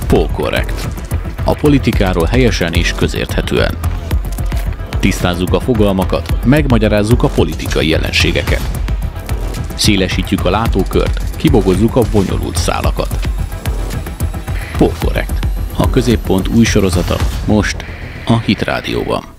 Polkorrekt. A politikáról helyesen és közérthetően. Tisztázzuk a fogalmakat, megmagyarázzuk a politikai jelenségeket. Szélesítjük a látókört, kibogozzuk a bonyolult szálakat. Polkorrekt. A Középpont új sorozata most a Hit Rádióban.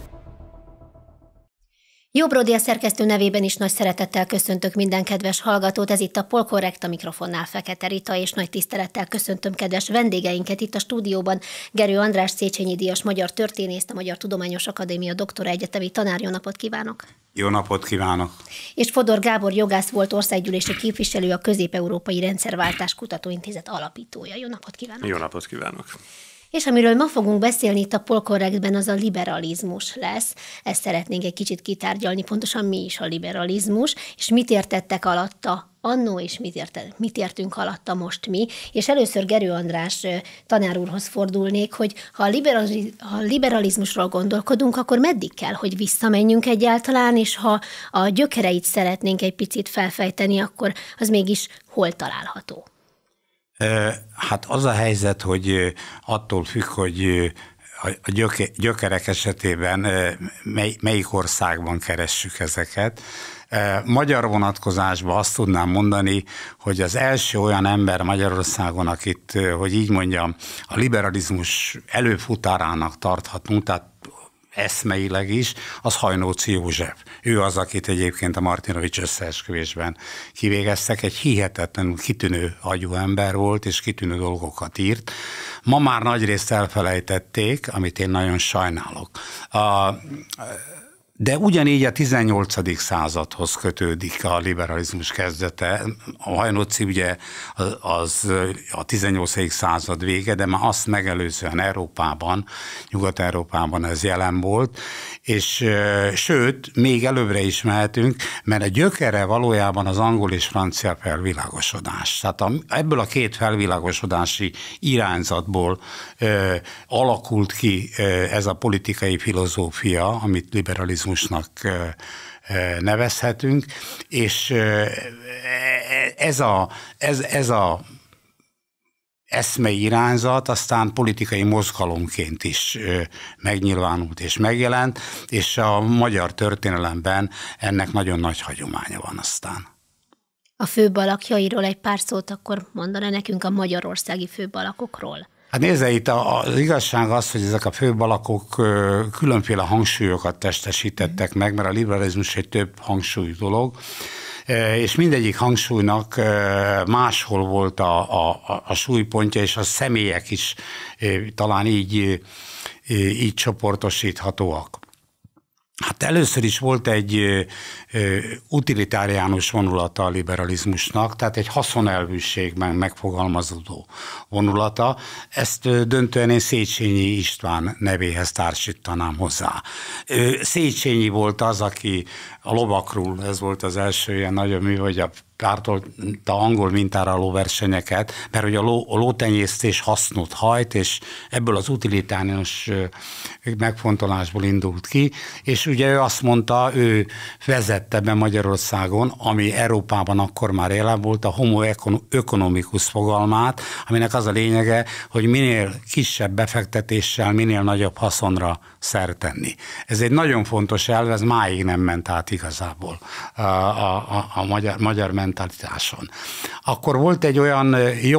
Jó Bródi, a szerkesztő nevében is nagy szeretettel köszöntök minden kedves hallgatót. Ez itt a Polkorrekt, a mikrofonnál Fekete Rita, és nagy tisztelettel köszöntöm kedves vendégeinket itt a stúdióban. Gerő András, Széchenyi díjas magyar történészt, a Magyar Tudományos Akadémia doktora egyetemi tanár. Jó napot kívánok! Jó napot kívánok! És Fodor Gábor jogász, volt országgyűlési képviselő, a Közép-Európai Rendszerváltás Kutatóintézet alapítója. Jó napot kívánok! Jó napot kívánok! És amiről ma fogunk beszélni itt a Polkorrektben, az a liberalizmus lesz. Ezt szeretnénk egy kicsit kitárgyalni, pontosan mi is a liberalizmus, és mit értettek alatta annó, és mit értünk alatta most mi. És először Gerő András tanár úrhoz fordulnék, hogy ha a liberalizmusról gondolkodunk, akkor meddig kell, hogy visszamenjünk egyáltalán, és ha a gyökereit szeretnénk egy picit felfejteni, akkor az mégis hol található? Hát az a helyzet, hogy attól függ, hogy a gyökerek esetében melyik országban keressük ezeket. Magyar vonatkozásban azt tudnám mondani, hogy az első olyan ember Magyarországon, akit, hogy így mondjam, a liberalizmus előfutárának tarthatunk, tehát eszmeileg is, az Hajnóci József. Ő az, akit egyébként a Martinovics összeesküvésben kivégeztek. Egy hihetetlenül kitűnő agyú ember volt, és kitűnő dolgokat írt. Ma már nagyrészt elfelejtették, amit én nagyon sajnálok. De ugyanígy a 18. századhoz kötődik a liberalizmus kezdete. A Hajnóci ugye az a 18. század vége, de már azt megelőzően Európában, Nyugat-Európában ez jelen volt, és sőt, még előbbre is mehetünk, mert a gyökere valójában az angol és francia felvilágosodás. Tehát ebből a két felvilágosodási irányzatból alakult ki ez a politikai filozófia, amit liberalizmus nevezhetünk, és ez a eszmei irányzat aztán politikai mozgalomként is megnyilvánult és megjelent, és a magyar történelemben ennek nagyon nagy hagyománya van aztán. A főbb alakjairól egy pár szót akkor mondaná nekünk a magyarországi főbb alakokról? Hát nézze, itt az igazság az, hogy ezek a főbb alakok különféle hangsúlyokat testesítettek meg, mert a liberalizmus egy több hangsúlyú dolog, és mindegyik hangsúlynak máshol volt a súlypontja, és a személyek is talán így csoportosíthatóak. Hát először is volt egy utilitáriánus vonulata a liberalizmusnak, tehát egy haszonelvűségben megfogalmazódó vonulata. Ezt döntően én Széchenyi István nevéhez társítanám hozzá. Széchenyi volt az, aki a lovakról, ez volt az első ilyen nagyon mű, hogy pártolta angol mintára a lóversenyeket, mert hogy a lótenyésztés hasznot hajt, és ebből az utilitáriánus megfontolásból indult ki, és ugye ő azt mondta, ő vezette be Magyarországon, ami Európában akkor már jelen volt, a homo economicus fogalmát, aminek az a lényege, hogy minél kisebb befektetéssel, minél nagyobb haszonra szert tenni. Ez egy nagyon fontos elv, ez máig nem ment át igazából a magyar mentalitáson. Akkor volt egy olyan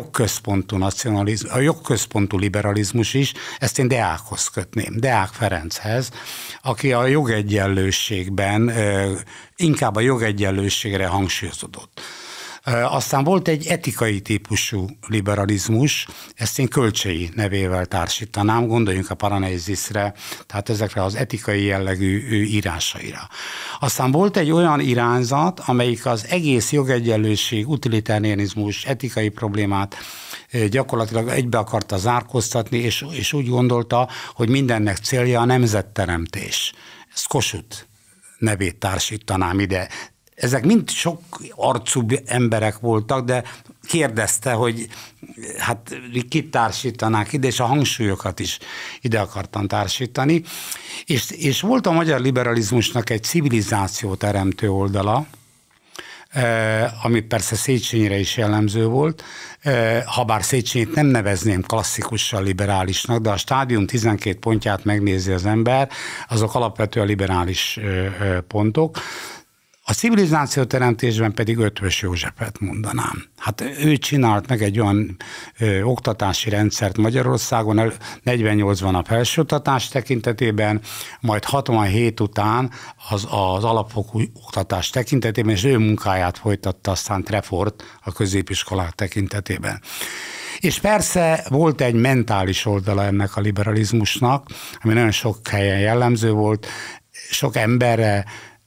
jogközpontú liberalizmus is, ezt én Deákhoz kötném, Deák Ferenchez, aki a jogegyenlőségben inkább a jogegyenlőségre hangsúlyozódott. Aztán volt egy etikai típusú liberalizmus, ezt én Kölcsey nevével társítanám, gondoljunk a Paraneizisre, tehát ezekre az etikai jellegű írásaira. Aztán volt egy olyan irányzat, amelyik az egész jogegyenlőség, utilitarianizmus, etikai problémát gyakorlatilag egybe akarta zárkóztatni, és úgy gondolta, hogy mindennek célja a nemzetteremtés. Ezt Kossuth nevét társítanám ide. Ezek mind sok arcú emberek voltak, de kérdezte, hogy hát kit társítanák ide, és a hangsúlyokat is ide akartam társítani. És volt a magyar liberalizmusnak egy civilizáció teremtő oldala, ami persze Széchenyire is jellemző volt, habár Széchenyit nem nevezném klasszikusan liberálisnak, de a Stádium 12 pontját megnézi az ember, azok alapvetően liberális pontok. A civilizációteremtésben pedig Eötvös Józsefet mondanám. Hát ő csinált meg egy olyan oktatási rendszert Magyarországon, 48-ban a felsőoktatás tekintetében, majd 67 után az alapfokú oktatás tekintetében, és ő munkáját folytatta aztán Trefort a középiskolák tekintetében. És persze volt egy mentális oldala ennek a liberalizmusnak, ami nagyon sok helyen jellemző volt, sok emberre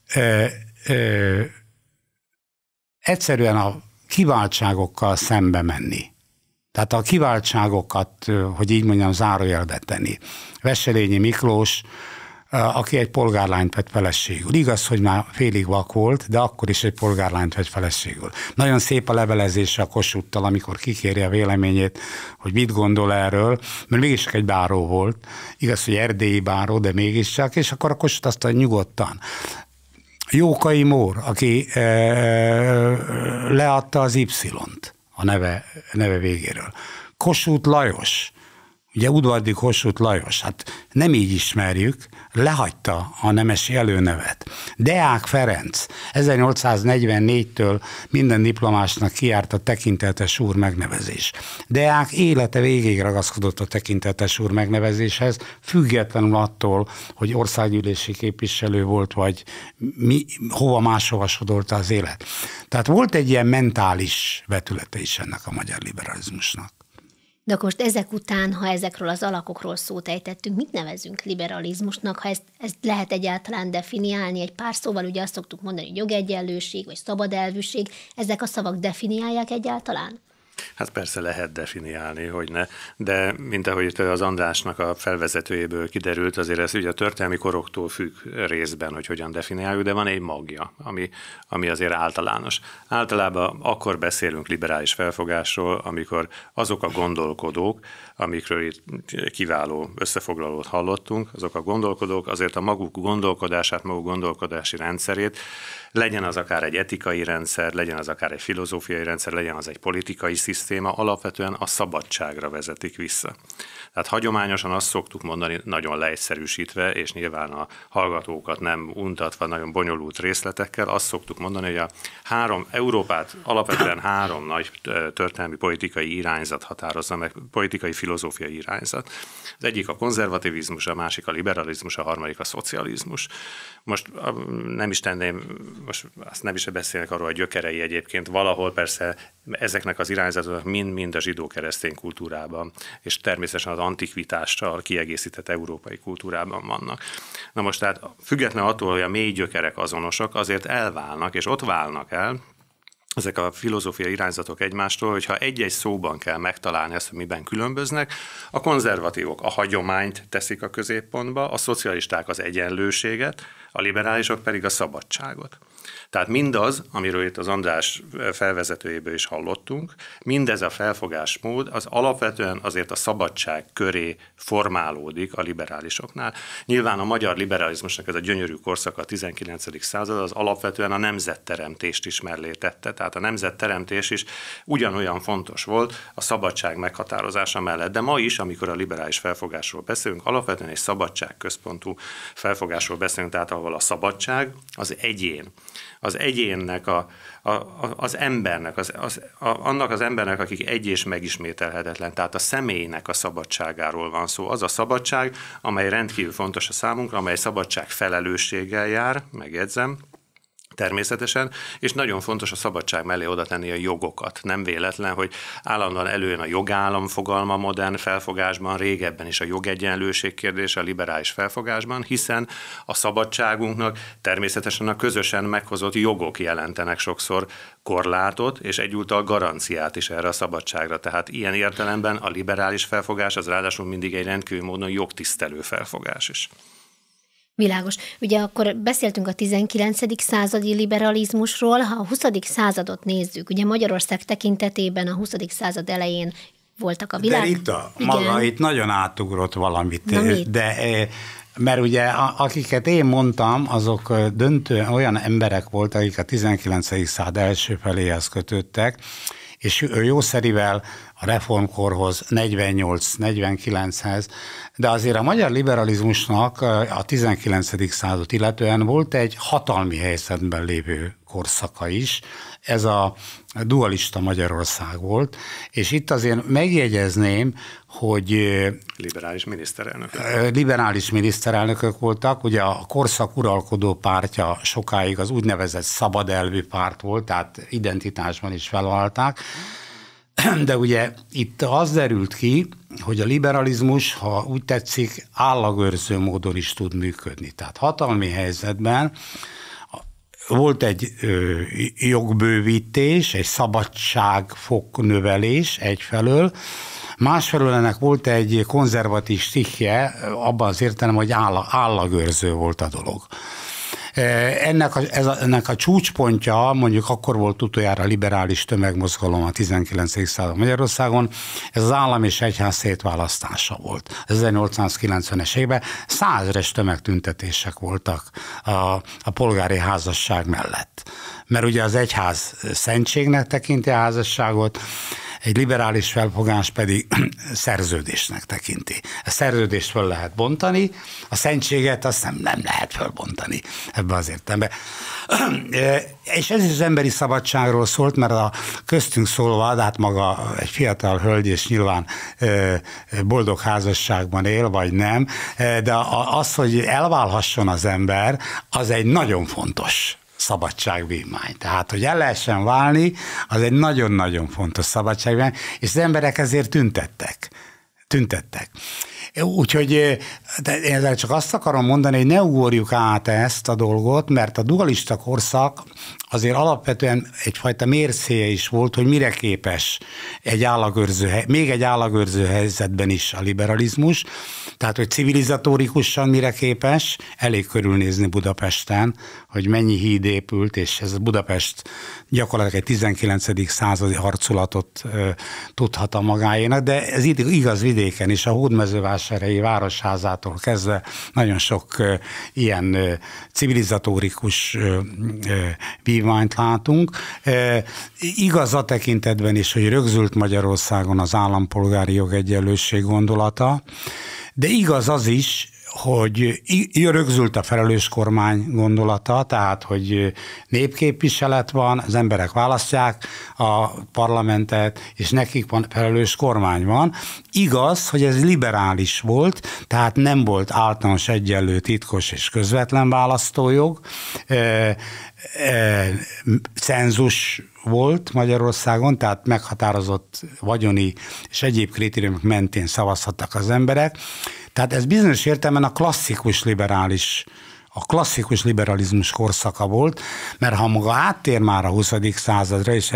egyszerűen a kiváltságokkal szembe menni. Tehát a kiváltságokat, hogy így mondjam, zárójelbe tenni. Wesselényi Miklós, aki egy polgárlányt vett feleségül. Igaz, hogy már félig vak volt, de akkor is egy polgárlányt vett feleségül. Nagyon szép a levelezése a Kossuthtal, amikor kikéri a véleményét, hogy mit gondol erről, mert mégis egy báró volt. Igaz, hogy erdélyi báró, de mégiscsak, és akkor a Kossuth azt nyugodtan. Jókai Mór, aki leadta az Y-t a neve végéről. Kossuth Lajos, ugye Udvardi Kossuth Lajos, hát nem így ismerjük, lehagyta a nemesi előnevet. Deák Ferenc 1844-től minden diplomásnak kijárt a tekintetes úr megnevezés. Deák élete végéig ragaszkodott a tekintetes úr megnevezéshez, függetlenül attól, hogy országgyűlési képviselő volt, vagy hova máshova sodorta az élet. Tehát volt egy ilyen mentális vetülete is ennek a magyar liberalizmusnak. De akkor most ezek után, ha ezekről az alakokról szót ejtettünk, mit nevezünk liberalizmusnak, ha ezt lehet egyáltalán definiálni egy pár szóval, ugye azt szoktuk mondani, hogy jogegyenlőség, vagy szabadelvűség, ezek a szavak definiálják egyáltalán? Hát persze lehet definiálni, hogy ne, de mint ahogy az Andrásnak a felvezetőjéből kiderült, azért ez ugye a történelmi koroktól függ részben, hogy hogyan definiáljuk, de van egy magja, ami azért általános. Általában akkor beszélünk liberális felfogásról, amikor azok a gondolkodók, amikről itt kiváló összefoglalót hallottunk, azok a gondolkodók azért a maguk gondolkodását, maguk gondolkodási rendszerét, legyen az akár egy etikai rendszer, legyen az akár egy filozófiai rendszer, legyen az egy politikai szisztéma, alapvetően a szabadságra vezetik vissza. Tehát hagyományosan azt szoktuk mondani, nagyon leegyszerűsítve, és nyilván a hallgatókat nem untatva nagyon bonyolult részletekkel, azt szoktuk mondani, hogy Európát alapvetően három nagy történelmi politikai irányzat határozza meg, politikai filozófiai irányzat. Az egyik a konzervativizmus, a másik a liberalizmus, a harmadik a szocializmus. Most nem is tenném, most azt nem is beszélnek arról, a gyökerei egyébként valahol persze ezeknek az irányzatoknak mind a zsidó-keresztény kultúrában, és természetesen az antikvitással kiegészített európai kultúrában vannak. Na most tehát függetlenül attól, hogy a mély gyökerek azonosak, azért elválnak, és ott válnak el ezek a filozófiai irányzatok egymástól, hogyha egy-egy szóban kell megtalálni ezt, hogy miben különböznek, a konzervatívok a hagyományt teszik a középpontba, a szocialisták az egyenlőséget, a liberálisok pedig a szabadságot. Tehát mindaz, amiről itt az András felvezetőjéből is hallottunk, mindez a felfogásmód az alapvetően azért a szabadság köré formálódik a liberálisoknál. Nyilván a magyar liberalizmusnak ez a gyönyörű korszaka, a 19. század, az alapvetően a nemzetteremtést is mellé tette. Tehát a nemzetteremtés is ugyanolyan fontos volt a szabadság meghatározása mellett. De ma is, amikor a liberális felfogásról beszélünk, alapvetően egy szabadságközpontú felfogásról beszélünk, tehát ahol a szabadság az egyén. Az egyénnek, az embernek, annak az embernek, akik egy és megismételhetetlen, tehát a személynek a szabadságáról van szó. Az a szabadság, amely rendkívül fontos a számunkra, amely szabadság felelősséggel jár, megjegyzem, természetesen, és nagyon fontos a szabadság mellé oda tenni a jogokat. Nem véletlen, hogy állandóan előjön a jogállam fogalma modern felfogásban, régebben is a jogegyenlőség kérdése a liberális felfogásban, hiszen a szabadságunknak természetesen a közösen meghozott jogok jelentenek sokszor korlátot, és egyúttal garanciát is erre a szabadságra. Tehát ilyen értelemben a liberális felfogás az ráadásul mindig egy rendkívül módon jogtisztelő felfogás is. Világos. Ugye akkor beszéltünk a 19. századi liberalizmusról, ha a 20. századot nézzük, ugye Magyarország tekintetében a 20. század elején voltak a világ... De itt maga itt nagyon átugrott valamit, de mert ugye akiket én mondtam, azok döntően olyan emberek voltak, akik a 19. század első feléhez kötődtek, és jószerivel a reformkorhoz, 48-49-hez, de azért a magyar liberalizmusnak a 19. század illetően volt egy hatalmi helyzetben lévő korszaka is, ez a dualista Magyarország volt, és itt azért megjegyezném, hogy liberális miniszterelnökök voltak, ugye a korszak uralkodó pártja sokáig az úgynevezett szabadelvű párt volt, tehát identitásban is felválták, de ugye itt az derült ki, hogy a liberalizmus, ha úgy tetszik, állagőrző módon is tud működni. Tehát hatalmi helyzetben volt egy jogbővítés, egy szabadságfoknövelés egyfelől, másfelől ennek volt egy konzervatív stichje, abban az értelem, hogy állagőrző volt a dolog. Ennek a csúcspontja, mondjuk akkor volt utoljára liberális tömegmozgalom a 19. század Magyarországon, ez az állam és egyház szétválasztása volt. 1890-es években 100 000-es tömegtüntetések voltak a polgári házasság mellett. Mert ugye az egyház szentségnek tekinti a házasságot, egy liberális felfogás pedig szerződésnek tekinti. A szerződést föl lehet bontani, a szentséget azt nem lehet fölbontani ebbe az értelemben. És ez is az emberi szabadságról szólt, mert a köztünk szólva, hát maga egy fiatal hölgy, és nyilván boldog házasságban él, vagy nem, de az, hogy elválhasson az ember, az egy nagyon fontos szabadságvívmány. Tehát, hogy el lehessen válni, az egy nagyon-nagyon fontos szabadságvívmány, és az emberek ezért tüntettek. Úgyhogy én csak azt akarom mondani, hogy ne ugorjuk át ezt a dolgot, mert a dualista korszak azért alapvetően egyfajta mércéje is volt, hogy mire képes még egy állagőrző helyzetben is a liberalizmus, tehát hogy civilizatorikusan mire képes, elég körülnézni Budapesten, hogy mennyi híd épült, és ez Budapest gyakorlatilag egy 19. századi harcolatot tudhat a magáénak, de ez igaz vidéken is, a Hódmezővásárhelyi városházától kezdve nagyon sok ilyen civilizatórikus vívmányt látunk. Igaz a tekintetben is, hogy rögzült Magyarországon az állampolgári jogegyenlőség gondolata, de igaz az is, hogy rögzült a felelős kormány gondolata, tehát, hogy népképviselet van, az emberek választják a parlamentet, és nekik van felelős kormány van. Igaz, hogy ez liberális volt, tehát nem volt általános egyenlő, titkos és közvetlen választójog, cenzus volt Magyarországon, tehát meghatározott vagyoni és egyéb kritériumok mentén szavazhattak az emberek. Tehát ez bizonyos értelemben a klasszikus liberalizmus korszaka volt, mert ha maga áttér már a 20. századra, és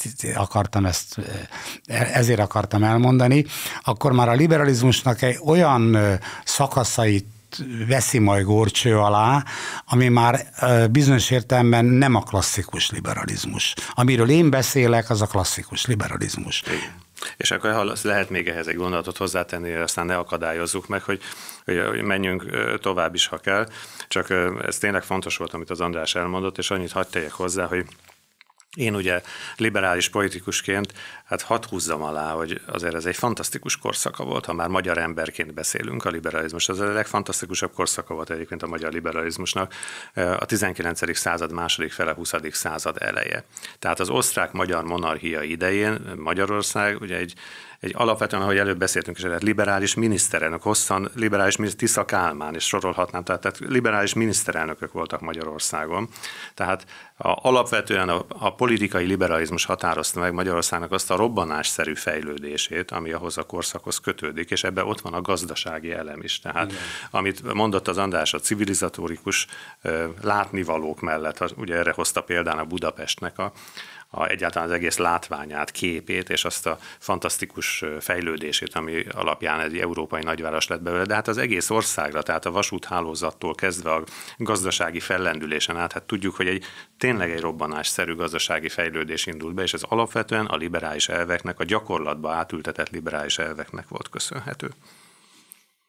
ezért akartam elmondani, akkor már a liberalizmusnak egy olyan szakaszait veszi majd górcső alá, ami már bizonyos értelemben nem a klasszikus liberalizmus. Amiről én beszélek, az a klasszikus liberalizmus. Igen. És akkor lehet még ehhez egy gondolatot hozzátenni, aztán ne akadályozzuk meg, hogy menjünk tovább is, ha kell. Csak ez tényleg fontos volt, amit az András elmondott, és annyit hadd tegyek hozzá, hogy én ugye liberális politikusként, hát hadd húzzam alá, hogy azért ez egy fantasztikus korszaka volt, ha már magyar emberként beszélünk a liberalizmus. Ez a legfantasztikusabb korszaka volt egyébként a magyar liberalizmusnak a 19. század második fele, 20. század eleje. Tehát az osztrák-magyar monarchia idején Magyarország ugye egy alapvetően, ahogy előbb beszéltünk is, liberális miniszterelnök, hosszan liberális Tisza Kálmán, és sorolhatnám, tehát liberális miniszterelnökök voltak Magyarországon. Tehát alapvetően a politikai liberalizmus határozta meg Magyarországnak azt a robbanásszerű fejlődését, ami ahhoz a korszakhoz kötődik, és ebben ott van a gazdasági elem is. Tehát igen. Amit mondott az András, a civilizatórikus látnivalók mellett, ugye erre hozta például a Budapestnek egyáltalán az egész látványát, képét, és azt a fantasztikus fejlődését, ami alapján egy európai nagyváros lett belőle, de hát az egész országra, tehát a vasúthálózattól kezdve a gazdasági fellendülésen át, hát tudjuk, hogy tényleg egy robbanásszerű gazdasági fejlődés indult be, és ez alapvetően a liberális elveknek, a gyakorlatba átültetett liberális elveknek volt köszönhető.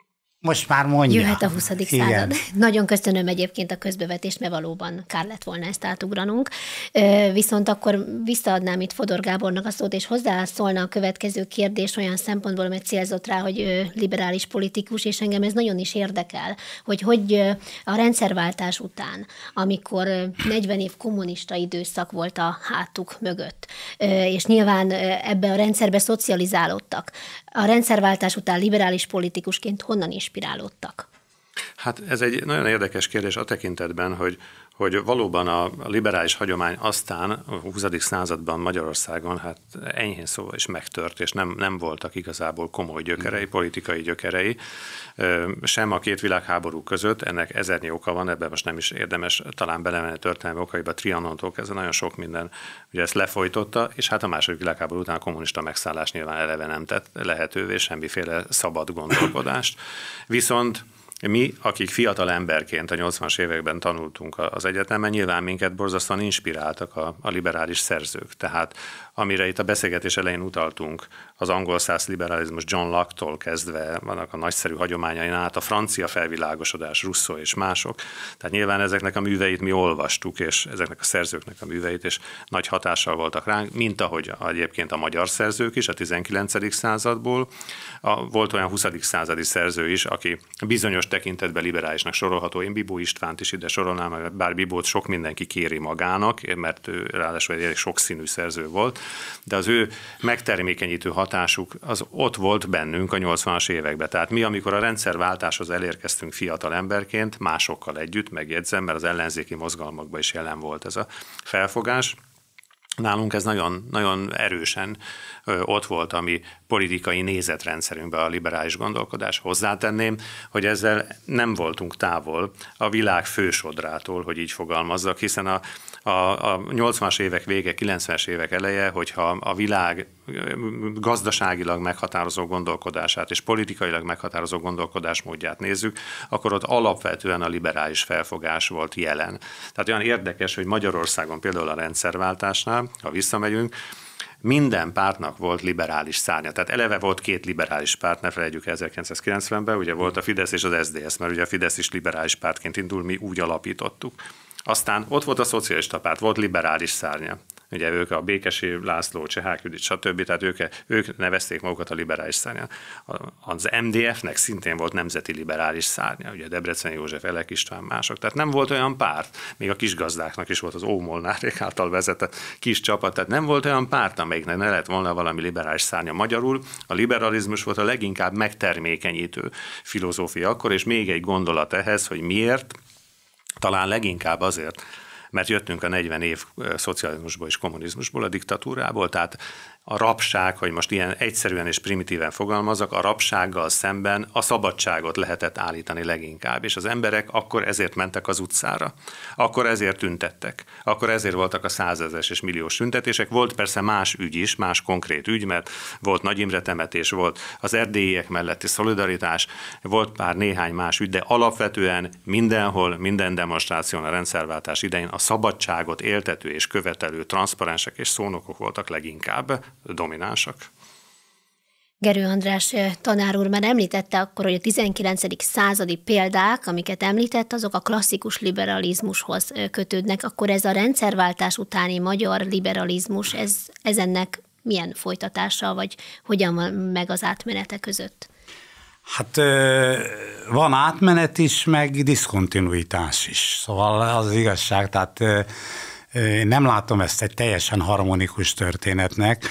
Most már mondja. Jöhet a 20. század. Nagyon köszönöm egyébként a közbevetést, mert valóban kár lett volna ezt átugranunk. Viszont akkor visszaadnám itt Fodor Gábornak a szót, és hozzászólna a következő kérdés olyan szempontból, mert célzott rá, hogy liberális politikus, és engem ez nagyon is érdekel, hogy a rendszerváltás után, amikor 40 év kommunista időszak volt a hátuk mögött, és nyilván ebbe a rendszerbe szocializálódtak, a rendszerváltás után liberális politikusként honnan inspirálódtak? Hát ez egy nagyon érdekes kérdés a tekintetben, hogy valóban a liberális hagyomány aztán a 20. században Magyarországon hát enyhén szóval is megtört, és nem voltak igazából komoly gyökerei, politikai gyökerei, sem a két világháború között. Ennek ezernyi oka van, ebben most nem is érdemes talán belemenni történelmi okaiba, Trianontól kezdve nagyon sok minden ugye ezt lefolytotta, és hát a második világháború után a kommunista megszállás nyilván eleve nem tett lehetővé semmiféle szabad gondolkodást. Viszont mi, akik fiatal emberként a 80-as években tanultunk az egyetemen, nyilván minket borzasztóan inspiráltak a liberális szerzők. Tehát amire itt a beszélgetés elején utaltunk, az angol száz liberalizmus John Locke-tól kezdve vannak a nagyszerű hagyományain át, a francia felvilágosodás, Rousseau és mások. Tehát nyilván ezeknek a műveit mi olvastuk, és ezeknek a szerzőknek a műveit, és nagy hatással voltak ránk, mint ahogy egyébként a magyar szerzők is a 19. századból. Volt olyan 20. századi szerző is, aki bizonyos tekintetben liberálisnak sorolható. Én Bibó Istvánt is ide sorolnám, bár Bibót sok mindenki kéri magának, mert ő ráadásul egy sokszínű szerző volt, de az ő megtermékenyítő hatásuk az ott volt bennünk a 80-as években. Tehát mi, amikor a rendszerváltáshoz elérkeztünk fiatal emberként, másokkal együtt, megjegyzem, mert az ellenzéki mozgalmakban is jelen volt ez a felfogás, nálunk ez nagyon, nagyon erősen ott volt a mi politikai nézetrendszerünkben a liberális gondolkodás. Hozzátenném, hogy ezzel nem voltunk távol a világ fősodrától, hogy így fogalmazzak, hiszen a 80-as évek vége, 90-es évek eleje, hogyha a világ gazdaságilag meghatározó gondolkodását és politikailag meghatározó gondolkodásmódját nézzük, akkor ott alapvetően a liberális felfogás volt jelen. Tehát olyan érdekes, hogy Magyarországon például a rendszerváltásnál, ha visszamegyünk, minden pártnak volt liberális szárnya. Tehát eleve volt két liberális párt, ne felejtjük 1990-ben, ugye volt a Fidesz és az SZDSZ, mert ugye a Fidesz is liberális pártként indul, mi úgy alapítottuk. Aztán ott volt a szocialista párt, volt liberális szárnya. Ugye ők a Békesi László, Csehák Judit, stb. Tehát ők nevezték magukat a liberális szárnya. Az MDF-nek szintén volt nemzeti liberális szárnya, ugye Debreceni József, Elek István, mások. Tehát nem volt olyan párt, még a kisgazdáknak is volt az Ómolnárék által vezetett kis csapat, tehát nem volt olyan párt, amelyiknek ne lett volna valami liberális szárnya. Magyarul a liberalizmus volt a leginkább megtermékenyítő filozófia akkor, és még egy gondolat ehhez, hogy miért, talán leginkább azért, mert jöttünk a 40 év szocializmusból és kommunizmusból, a diktatúrából, tehát a rabság, hogy most ilyen egyszerűen és primitíven fogalmazzak, a rabsággal szemben a szabadságot lehetett állítani leginkább, és az emberek akkor ezért mentek az utcára, akkor ezért tüntettek, akkor ezért voltak a 100 000-es és milliós tüntetések. Volt persze más ügy is, más konkrét ügy, mert volt Nagy Imre temetés, volt az erdélyiek melletti szolidaritás, volt pár néhány más ügy, de alapvetően mindenhol, minden demonstráción a rendszerváltás idején a szabadságot éltető és követelő transzparensek és szónokok voltak leginkább dominánsak. Gerő András tanár úr már említette akkor, hogy a 19. századi példák, amiket említett, azok a klasszikus liberalizmushoz kötődnek. Akkor ez a rendszerváltás utáni magyar liberalizmus, ez ennek milyen folytatása, vagy hogyan van meg az átmenete között? Hát van átmenet is, meg diszkontinuitás is. Szóval az igazság, tehát nem látom ezt egy teljesen harmonikus történetnek.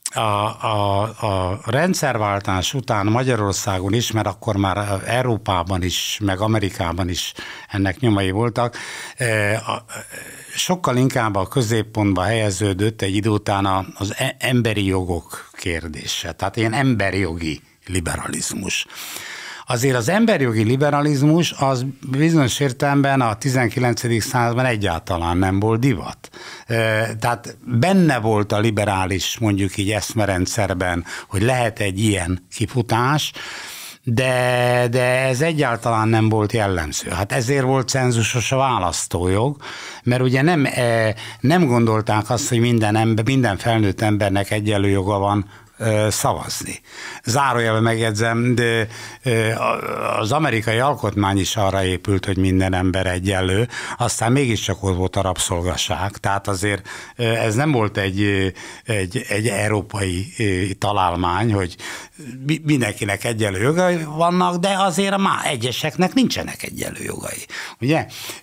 A rendszerváltás után Magyarországon is, mert akkor már Európában is, meg Amerikában is ennek nyomai voltak, sokkal inkább a középpontba helyeződött egy idő után az emberi jogok kérdése. Tehát ilyen emberi jogi liberalizmus. Azért az emberjogi liberalizmus az bizonyos értelemben a 19. században egyáltalán nem volt divat. Tehát benne volt a liberális, mondjuk így eszmerendszerben, hogy lehet egy ilyen kifutás, de ez egyáltalán nem volt jellemző. Hát ezért volt cenzusos a választójog, mert ugye nem gondolták azt, hogy minden felnőtt embernek egyenlő joga van szavazni. Zárójelben megjegyzem, de az amerikai alkotmány is arra épült, hogy minden ember egyenlő, aztán mégiscsak ott volt a rabszolgaság, tehát azért ez nem volt egy európai találmány, hogy mindenkinek egyenlő jogai vannak, de azért már egyeseknek nincsenek egyenlő jogai. Ugye?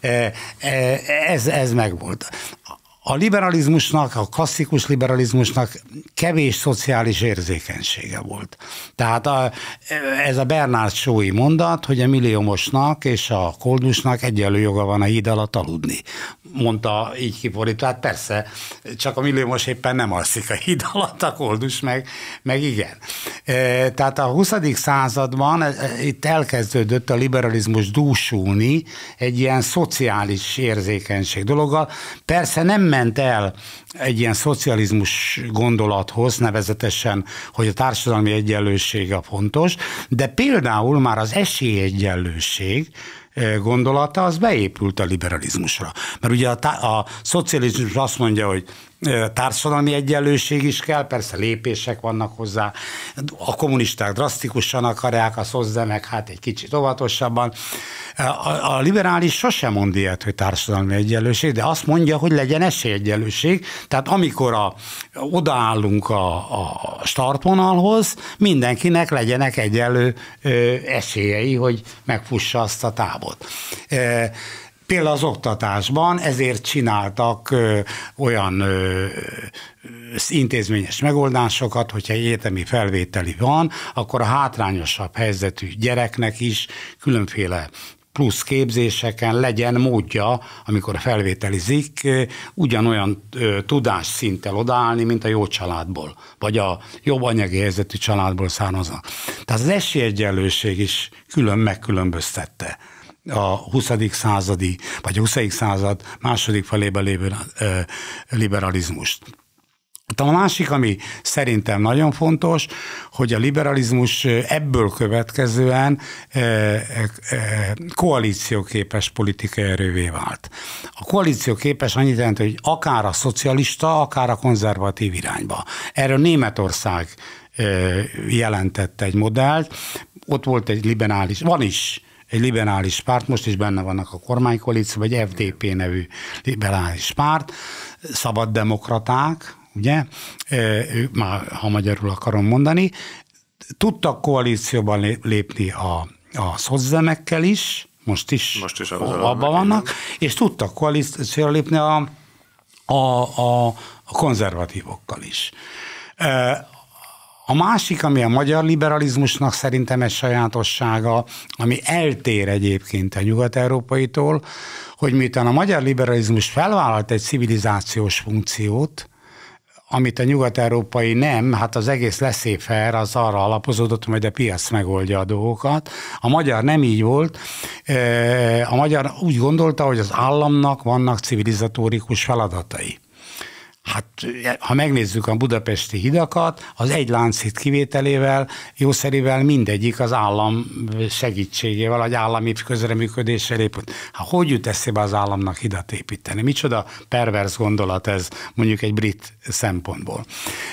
Ez megvolt. A liberalizmusnak, a klasszikus liberalizmusnak kevés szociális érzékenysége volt. Tehát ez a Bernard Shaw-i mondat, hogy a milliómosnak és a koldusnak egyenlő joga van a híd alatt aludni. Mondta így kifordítva, hát persze, csak a milliómos éppen nem alszik a híd alatt, a koldus meg igen. Tehát a 20. században itt elkezdődött a liberalizmus dúsulni egy ilyen szociális érzékenység dologgal. Persze nem ment el egy ilyen szocializmus gondolathoz, nevezetesen, hogy a társadalmi egyenlőség a fontos, de például már az esélyegyenlőség gondolata, az beépült a liberalizmusra. Mert ugye a szocializmus azt mondja, hogy társadalmi egyenlőség is kell, persze lépések vannak hozzá, a kommunisták drasztikusan akarják, a szocdemek hát egy kicsit óvatosabban. A liberális sosem mond ilyet, hogy társadalmi egyenlőség, de azt mondja, hogy legyen esélyegyenlőség, tehát amikor odaállunk a startvonalhoz, mindenkinek legyenek egyenlő esélyei, hogy megfussa azt a távot. Például az oktatásban ezért csináltak olyan intézményes megoldásokat, hogyha egyetemi felvételi van, akkor a hátrányosabb helyzetű gyereknek is különféle plusz képzéseken legyen módja, amikor felvételizik, ugyanolyan tudásszinttel odaállni, mint a jó családból, vagy a jobb anyagi helyzetű családból származnak. Tehát az esélyegyenlőség is megkülönböztette a 20. századi, vagy a 20. század második felében lévő liberalizmust. A másik, ami szerintem nagyon fontos, hogy a liberalizmus ebből következően koalícióképes politikai erővé vált. A koalícióképes annyit jelent, hogy akár a szocialista, akár a konzervatív irányba. Erről Németország jelentette egy modellt, ott volt egy liberális, van is egy liberális párt, most is benne vannak a kormánykoalícióban, egy FDP nevű liberális párt, szabaddemokraták, ugye, már ha magyarul akarom mondani, tudtak koalícióban lépni a szocdemekkel is, most is abban vannak, és tudtak koalícióban lépni a konzervatívokkal is. A másik, ami a magyar liberalizmusnak szerintem egy sajátossága, ami eltér egyébként a nyugat-európaitól, hogy miután a magyar liberalizmus felvállalt egy civilizációs funkciót, amit a nyugat-európai nem, hát az egész laissez-faire az arra alapozódott, hogy a piac megoldja a dolgokat. A magyar nem így volt. A magyar úgy gondolta, hogy az államnak vannak civilizatórikus feladatai. Hát, ha megnézzük a budapesti hidakat, az egy Lánchíd kivételével, jószerivel mindegyik az állam segítségével, vagy állami közreműködéssel épült. Hát, hogy jut eszébe az államnak hidat építeni? Micsoda pervers gondolat ez, mondjuk egy brit szempontból.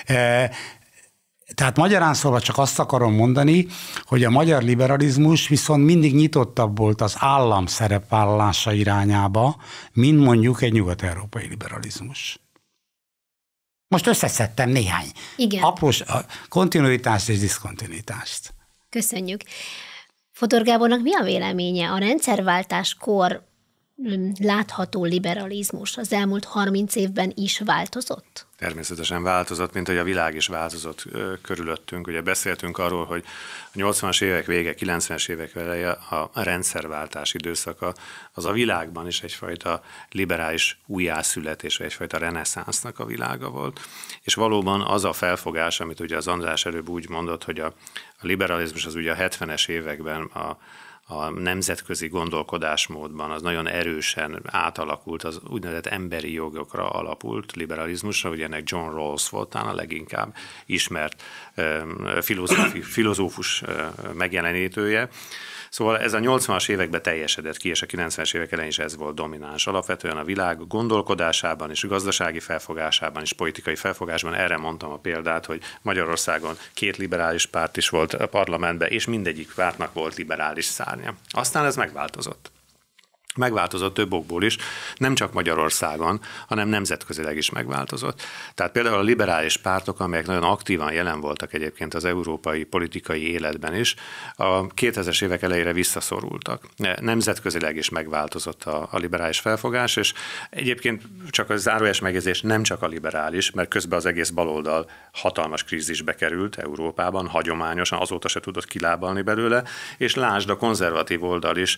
Tehát magyarán szólva csak azt akarom mondani, hogy a magyar liberalizmus viszont mindig nyitottabb volt az állam szerepvállalása irányába, mint mondjuk egy nyugat-európai liberalizmus. Most összeszedtem néhány aprós kontinuitást és diszkontinuitást. Köszönjük. Fodor Gábornak mi a véleménye? A rendszerváltáskor látható liberalizmus az elmúlt 30 évben is változott? Természetesen változott, mint hogy a világ is változott körülöttünk. Ugye beszéltünk arról, hogy a 80-as évek vége, 90-es évek eleje a rendszerváltás időszaka, az a világban is egyfajta liberális újjászületés, egyfajta reneszánsznak a világa volt. És valóban az a felfogás, amit ugye az András előbb úgy mondott, hogy a liberalizmus az ugye a 70-es években a nemzetközi gondolkodásmódban az nagyon erősen átalakult, az úgynevezett emberi jogokra alapult liberalizmusra, ugye ennek John Rawls volt talán a leginkább ismert filozófus megjelenítője. Szóval ez a 80-as években teljesedett ki, és a 90-es évek elején is ez volt domináns. Alapvetően a világ gondolkodásában és gazdasági felfogásában és politikai felfogásban erre mondtam a példát, hogy Magyarországon 2 liberális párt is volt a parlamentben, és mindegyik pártnak volt liberális szárnya. Aztán ez megváltozott. Megváltozott több okból is, nem csak Magyarországon, hanem nemzetközileg is megváltozott. Tehát például a liberális pártok, amelyek nagyon aktívan jelen voltak egyébként az európai politikai életben is, a 2000-es évek elejére visszaszorultak. Nemzetközileg is megváltozott a liberális felfogás, és egyébként csak a zárójeles megjegyzés nem csak a liberális, mert közben az egész baloldal hatalmas krízisbe került Európában, hagyományosan, azóta se tudott kilábalni belőle, és lásd, a konzervatív oldal is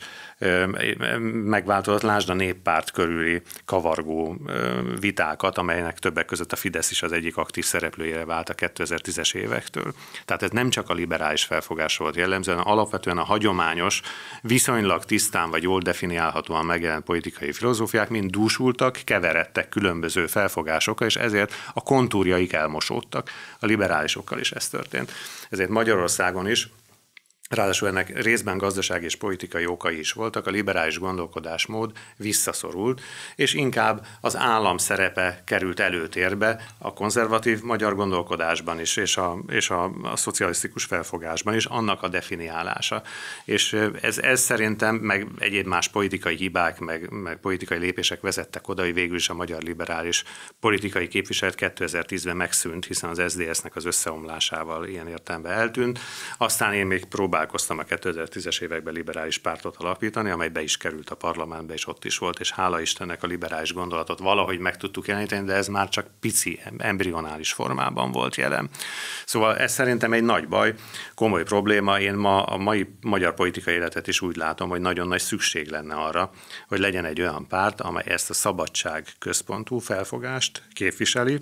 megváltozott, lásd a néppárt körüli kavargó vitákat, amelynek többek között a Fidesz is az egyik aktív szereplőjére vált a 2010-es évektől. Tehát ez nem csak a liberális felfogás volt jellemző, hanem alapvetően a hagyományos, viszonylag tisztán vagy jól definiálhatóan megjelent politikai filozófiák mind dúsultak, keveredtek különböző felfogásokkal, és ezért a kontúrjaik elmosódtak. A liberálisokkal is ez történt. Ezért Magyarországon is, ráadásul ennek részben gazdasági és politikai okai is voltak, a liberális gondolkodásmód visszaszorult, és inkább az állam szerepe került előtérbe a konzervatív magyar gondolkodásban is, és a szocialisztikus felfogásban is, annak a definiálása. És ez szerintem, meg egyéb más politikai hibák, meg politikai lépések vezettek oda, hogy végül is a magyar liberális politikai képviselet 2010-ben megszűnt, hiszen az SZDSZ-nek az összeomlásával ilyen értelemben eltűnt. Aztán én még próbálkoztam a 2010-es években liberális pártot alapítani, amely be is került a parlamentbe, és ott is volt, és hála Istennek a liberális gondolatot valahogy meg tudtuk jeleníteni, de ez már csak pici, embrionális formában volt jelen. Szóval ez szerintem egy nagy baj, komoly probléma. Én ma a mai magyar politikai életet is úgy látom, hogy nagyon nagy szükség lenne arra, hogy legyen egy olyan párt, amely ezt a szabadság központú felfogást képviseli,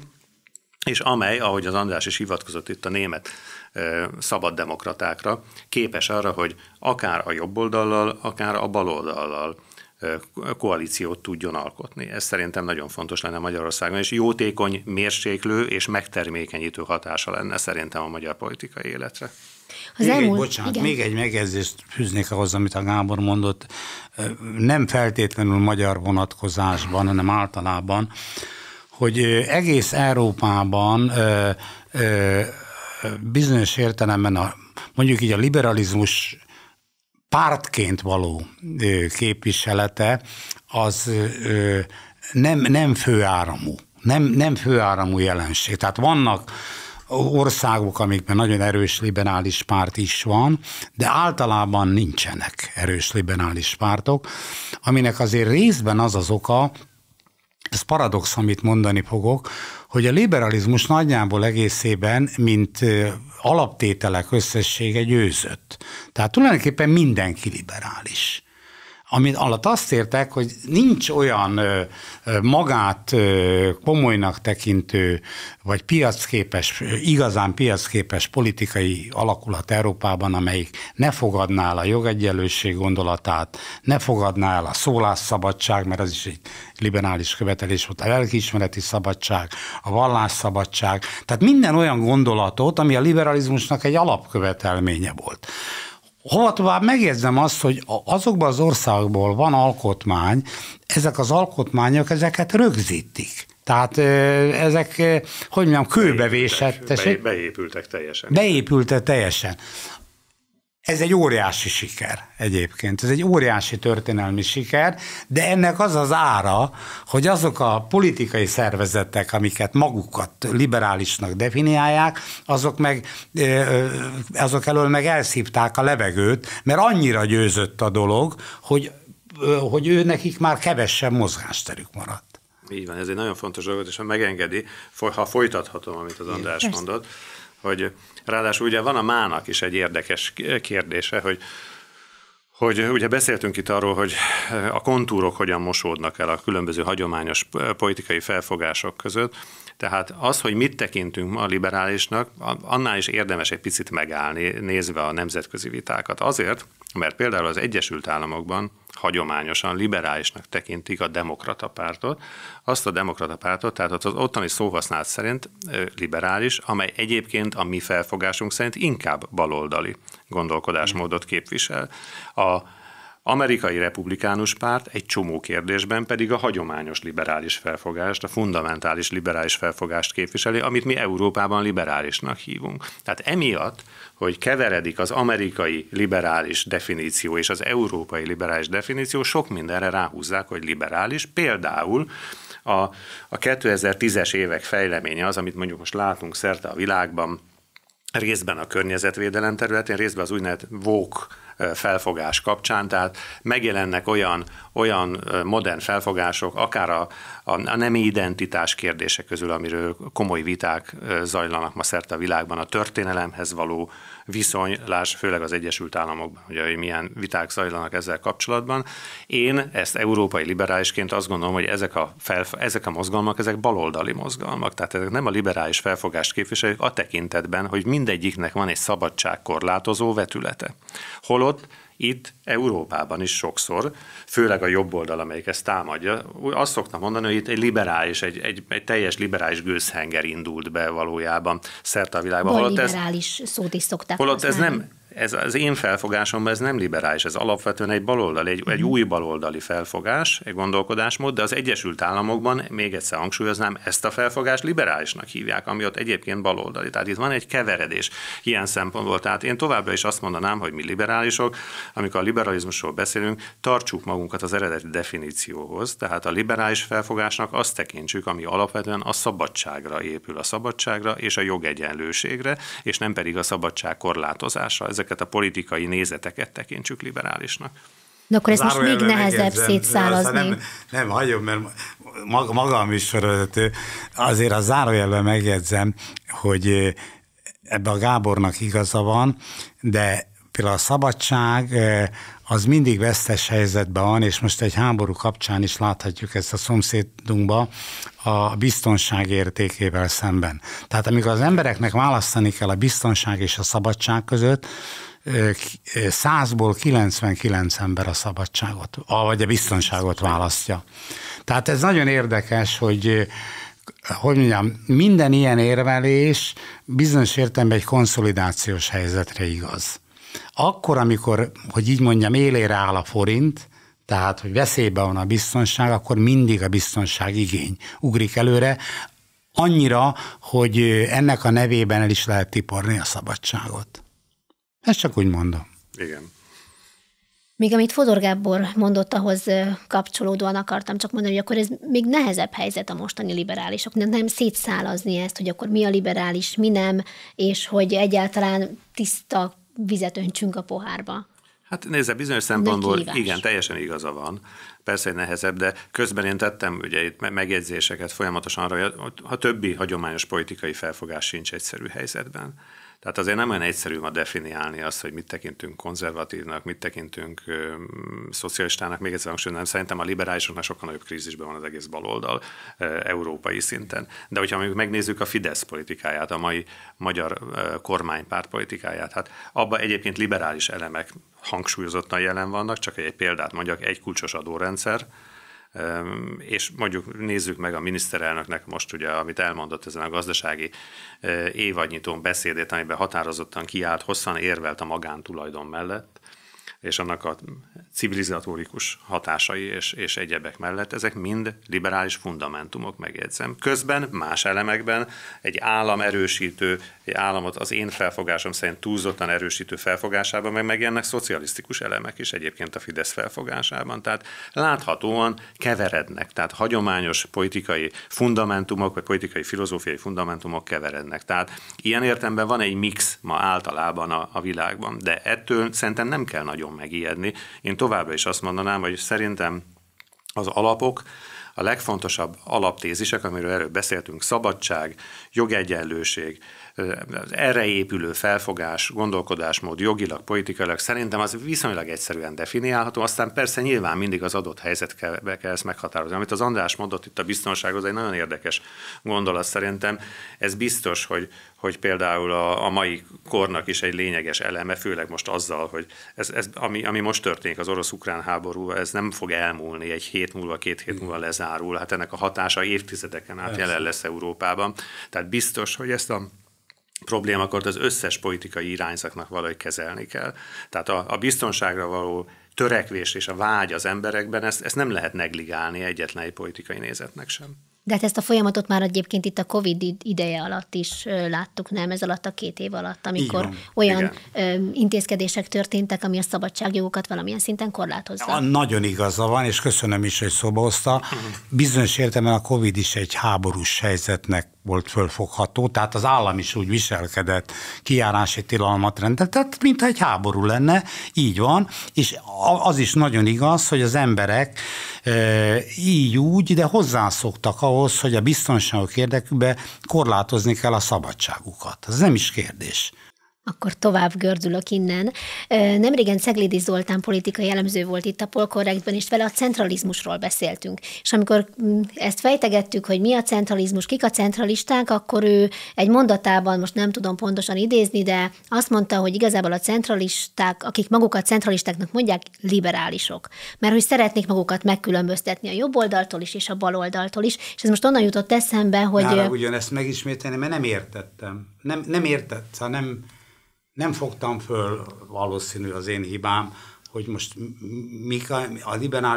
és amely, ahogy az András is hivatkozott itt a német szabaddemokratákra, képes arra, hogy akár a jobb oldallal, akár a bal oldallal koalíciót tudjon alkotni. Ez szerintem nagyon fontos lenne Magyarországon, és jótékony, mérséklő és megtermékenyítő hatása lenne szerintem a magyar politikai életre. Még egy megjegyzést fűznék ahhoz, amit a Gábor mondott, nem feltétlenül magyar vonatkozásban, hanem általában, hogy egész Európában bizonyos értelemben mondjuk így a liberalizmus pártként való képviselete az nem főáramú. Nem főáramú jelenség. Tehát vannak országok, amikben nagyon erős liberális párt is van, de általában nincsenek erős liberális pártok, aminek azért részben az az oka, ez paradox, amit mondani fogok, hogy a liberalizmus nagyjából egészében, mint alaptételek összessége győzött. Tehát tulajdonképpen mindenki liberális. Amit alatt azt értek, hogy nincs olyan magát komolynak tekintő, vagy piacképes, igazán piacképes politikai alakulat Európában, amelyik ne fogadná el a jogegyenlőség gondolatát, ne fogadná el a szólásszabadság, mert az is egy liberális követelés volt, a lelkiismereti szabadság, a vallásszabadság, tehát minden olyan gondolatot, ami a liberalizmusnak egy alapkövetelménye volt. Hova tovább megjegyzem azt, hogy azokban az országokból van alkotmány, ezek az alkotmányok ezeket rögzítik. Tehát ezek, hogy mondjam, kőbevésett. Beépültek teljesen. Ez egy óriási siker egyébként, ez egy óriási történelmi siker, de ennek az az ára, hogy azok a politikai szervezetek, amiket magukat liberálisnak definiálják, azok elől meg elszívták a levegőt, mert annyira győzött a dolog, hogy ő nekik már kevesebb mozgásterük maradt. Így van, ez egy nagyon fontos dolog, és ha megengedi, ha folytathatom, amit az András mondott, hogy ráadásul ugye van a mának is egy érdekes kérdése, hogy ugye beszéltünk itt arról, hogy a kontúrok hogyan mosódnak el a különböző hagyományos politikai felfogások között. Tehát az, hogy mit tekintünk ma a liberálisnak, annál is érdemes egy picit megállni, nézve a nemzetközi vitákat. Azért, mert például az Egyesült Államokban hagyományosan liberálisnak tekintik a demokrata pártot, azt a demokrata pártot, tehát az ottani szóhasználat szerint liberális, amely egyébként a mi felfogásunk szerint inkább baloldali gondolkodásmódot képvisel. A amerikai republikánus párt egy csomó kérdésben pedig a hagyományos liberális felfogást, a fundamentális liberális felfogást képviseli, amit mi Európában liberálisnak hívunk. Tehát emiatt, hogy keveredik az amerikai liberális definíció és az európai liberális definíció, sok mindenre ráhúzzák, hogy liberális. Például a 2010-es évek fejleménye az, amit mondjuk most látunk szerte a világban, részben a környezetvédelem területén, részben az úgynevezett woke felfogás kapcsán, tehát megjelennek olyan modern felfogások, akár a nemi identitás kérdése közül, amiről komoly viták zajlanak ma szerte a világban, a történelemhez való viszonylás, főleg az Egyesült Államokban, hogy milyen viták zajlanak ezzel kapcsolatban. Én ezt európai liberálisként azt gondolom, hogy ezek a mozgalmak, ezek baloldali mozgalmak, tehát ezek nem a liberális felfogást képviselik a tekintetben, hogy mindegyiknek van egy szabadságkorlátozó vetülete. Holott itt Európában is sokszor, főleg a jobb oldal, amelyik ezt támadja, azt szoktam mondani, hogy itt egy liberális, egy teljes liberális gőzhenger indult be valójában szerte a világban. Liberális szót is szokták holott ez nem, ez az én felfogásomban ez nem liberális, ez alapvetően egy baloldali, egy új baloldali felfogás, egy gondolkodásmód, de az Egyesült Államokban, még egyszer hangsúlyoznám, ezt a felfogást liberálisnak hívják, ami ott egyébként baloldali. Tehát itt van egy keveredés ilyen szempontból. Tehát én továbbra is azt mondanám, hogy mi liberálisok, amikor a liberalizmusról beszélünk, tartsuk magunkat az eredeti definícióhoz, tehát a liberális felfogásnak azt tekintsük, ami alapvetően a szabadságra épül, a szabadságra és a jogegyenlőségre, és nem pedig a szabadság korlátozásra. Ezeket a politikai nézeteket tekintsük liberálisnak. De akkor ez most még nehezebb szétszálazni. Nem hagyom, mert maga a műsorvezető. Azért a zárójelben megjegyzem, hogy ebben a Gábornak igaza van, de például a szabadság az mindig vesztes helyzetben van, és most egy háború kapcsán is láthatjuk ezt a szomszédunkba a biztonság értékével szemben. Tehát amikor az embereknek választani kell a biztonság és a szabadság között, 100-ból 99 ember a szabadságot, vagy a biztonságot választja. Tehát ez nagyon érdekes, hogy mondjam, minden ilyen érvelés bizonyos értelemben egy konszolidációs helyzetre igaz. Akkor, amikor, hogy így mondjam, élére áll a forint, tehát, hogy veszélyben van a biztonság, akkor mindig a biztonság igény ugrik előre, annyira, hogy ennek a nevében el is lehet tiporni a szabadságot. Ezt csak úgy mondom. Igen. Még amit Fodor Gábor mondott, ahhoz kapcsolódóan akartam csak mondani, hogy akkor ez még nehezebb helyzet a mostani liberálisoknak, nem szétszálazni ezt, hogy akkor mi a liberális, mi nem, és hogy egyáltalán tiszta vizet öntsünk a pohárba. Hát nézze, bizonyos szempontból igen, teljesen igaza van. Persze, hogy nehezebb, de közben én tettem ugye itt megjegyzéseket folyamatosan arra, hogy a többi hagyományos politikai felfogás sincs egyszerű helyzetben. Tehát azért nem olyan egyszerű ma definiálni azt, hogy mit tekintünk konzervatívnak, mit tekintünk szocialistának. Még egyszer hangsúlyoznám, szerintem a liberálisoknak sokkal nagyobb krízisben van az egész baloldal európai szinten. De hogyha mondjuk megnézzük a Fidesz politikáját, a mai magyar kormánypárt politikáját, hát abban egyébként liberális elemek hangsúlyozottan jelen vannak, csak egy példát mondjak, egy kulcsos adórendszer, és mondjuk nézzük meg a miniszterelnöknek most ugye, amit elmondott ezen a gazdasági évadnyitón beszédét, amiben határozottan kiállt, hosszan érvelt a magántulajdon mellett, és annak a civilizatórikus hatásai és egyebek mellett, ezek mind liberális fundamentumok, megjegyzem. Közben más elemekben egy államot az én felfogásom szerint túlzottan erősítő felfogásában megjelennek szocialisztikus elemek is egyébként a Fidesz felfogásában. Tehát láthatóan keverednek, tehát hagyományos politikai fundamentumok, vagy politikai filozófiai fundamentumok keverednek. Tehát ilyen értelemben van egy mix ma általában a világban, de ettől szerintem nem kell nagyon megijedni. Én továbbra is azt mondanám, hogy szerintem az alapok, a legfontosabb alaptézisek, amiről előbb beszéltünk, szabadság, jogegyenlőség, erre épülő felfogás, gondolkodásmód jogilag, politikailag szerintem az viszonylag egyszerűen definiálható, aztán persze nyilván mindig az adott helyzetbe kell ezt meghatározni. Amit az András mondott itt a biztonsághoz, egy nagyon érdekes gondolat szerintem. Ez biztos, hogy például a mai kornak is egy lényeges eleme, főleg most azzal, hogy ami most történik, az orosz-ukrán háború, ez nem fog elmúlni, egy hét múlva, 2 hét múlva lezárul, hát ennek a hatása évtizedeken át jelen lesz Európában. Tehát biztos, hogy ezt a problémakort az összes politikai irányzatnak valahogy kezelni kell. Tehát a biztonságra való törekvés és a vágy az emberekben, ezt nem lehet negligálni egyetlen egy politikai nézetnek sem. De hát ezt a folyamatot már egyébként itt a Covid ideje alatt is láttuk, nem? Ez alatt a 2 év alatt, amikor olyan intézkedések történtek, ami a szabadságjogokat valamilyen szinten korlátozza. Nagyon igaza van, és köszönöm is, hogy szóba hozta. Bizonyos értelemben a Covid is egy háborús helyzetnek volt fölfogható, tehát az állam is úgy viselkedett, kijárási tilalmat rendelt, tehát mintha egy háború lenne, így van, és az is nagyon igaz, hogy az emberek így úgy, de hozzászoktak ahhoz, hogy a biztonságok érdekében korlátozni kell a szabadságukat. Ez nem is kérdés. Akkor tovább gördülök innen. Nemrégen Ceglédi Zoltán politikai elemző volt itt a Polkorrektben, és vele a centralizmusról beszéltünk. És amikor ezt fejtegettük, hogy mi a centralizmus, kik a centralisták, akkor ő egy mondatában, most nem tudom pontosan idézni, de azt mondta, hogy igazából a centralisták, akik magukat centralistáknak mondják, liberálisok. Mert hogy szeretnék magukat megkülönböztetni a jobb oldaltól is, és a bal oldaltól is. És ez most onnan jutott eszembe, hogy... Ne ugyanezt megismételni, mert nem értettem. Nem értett, nem fogtam föl, valószínű az én hibám, hogy most mik a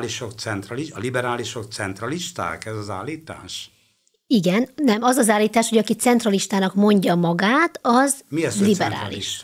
liberálisok centralisták, ez az állítás? Igen, nem, az az állítás, hogy aki centralistának mondja magát, az mi az, liberális.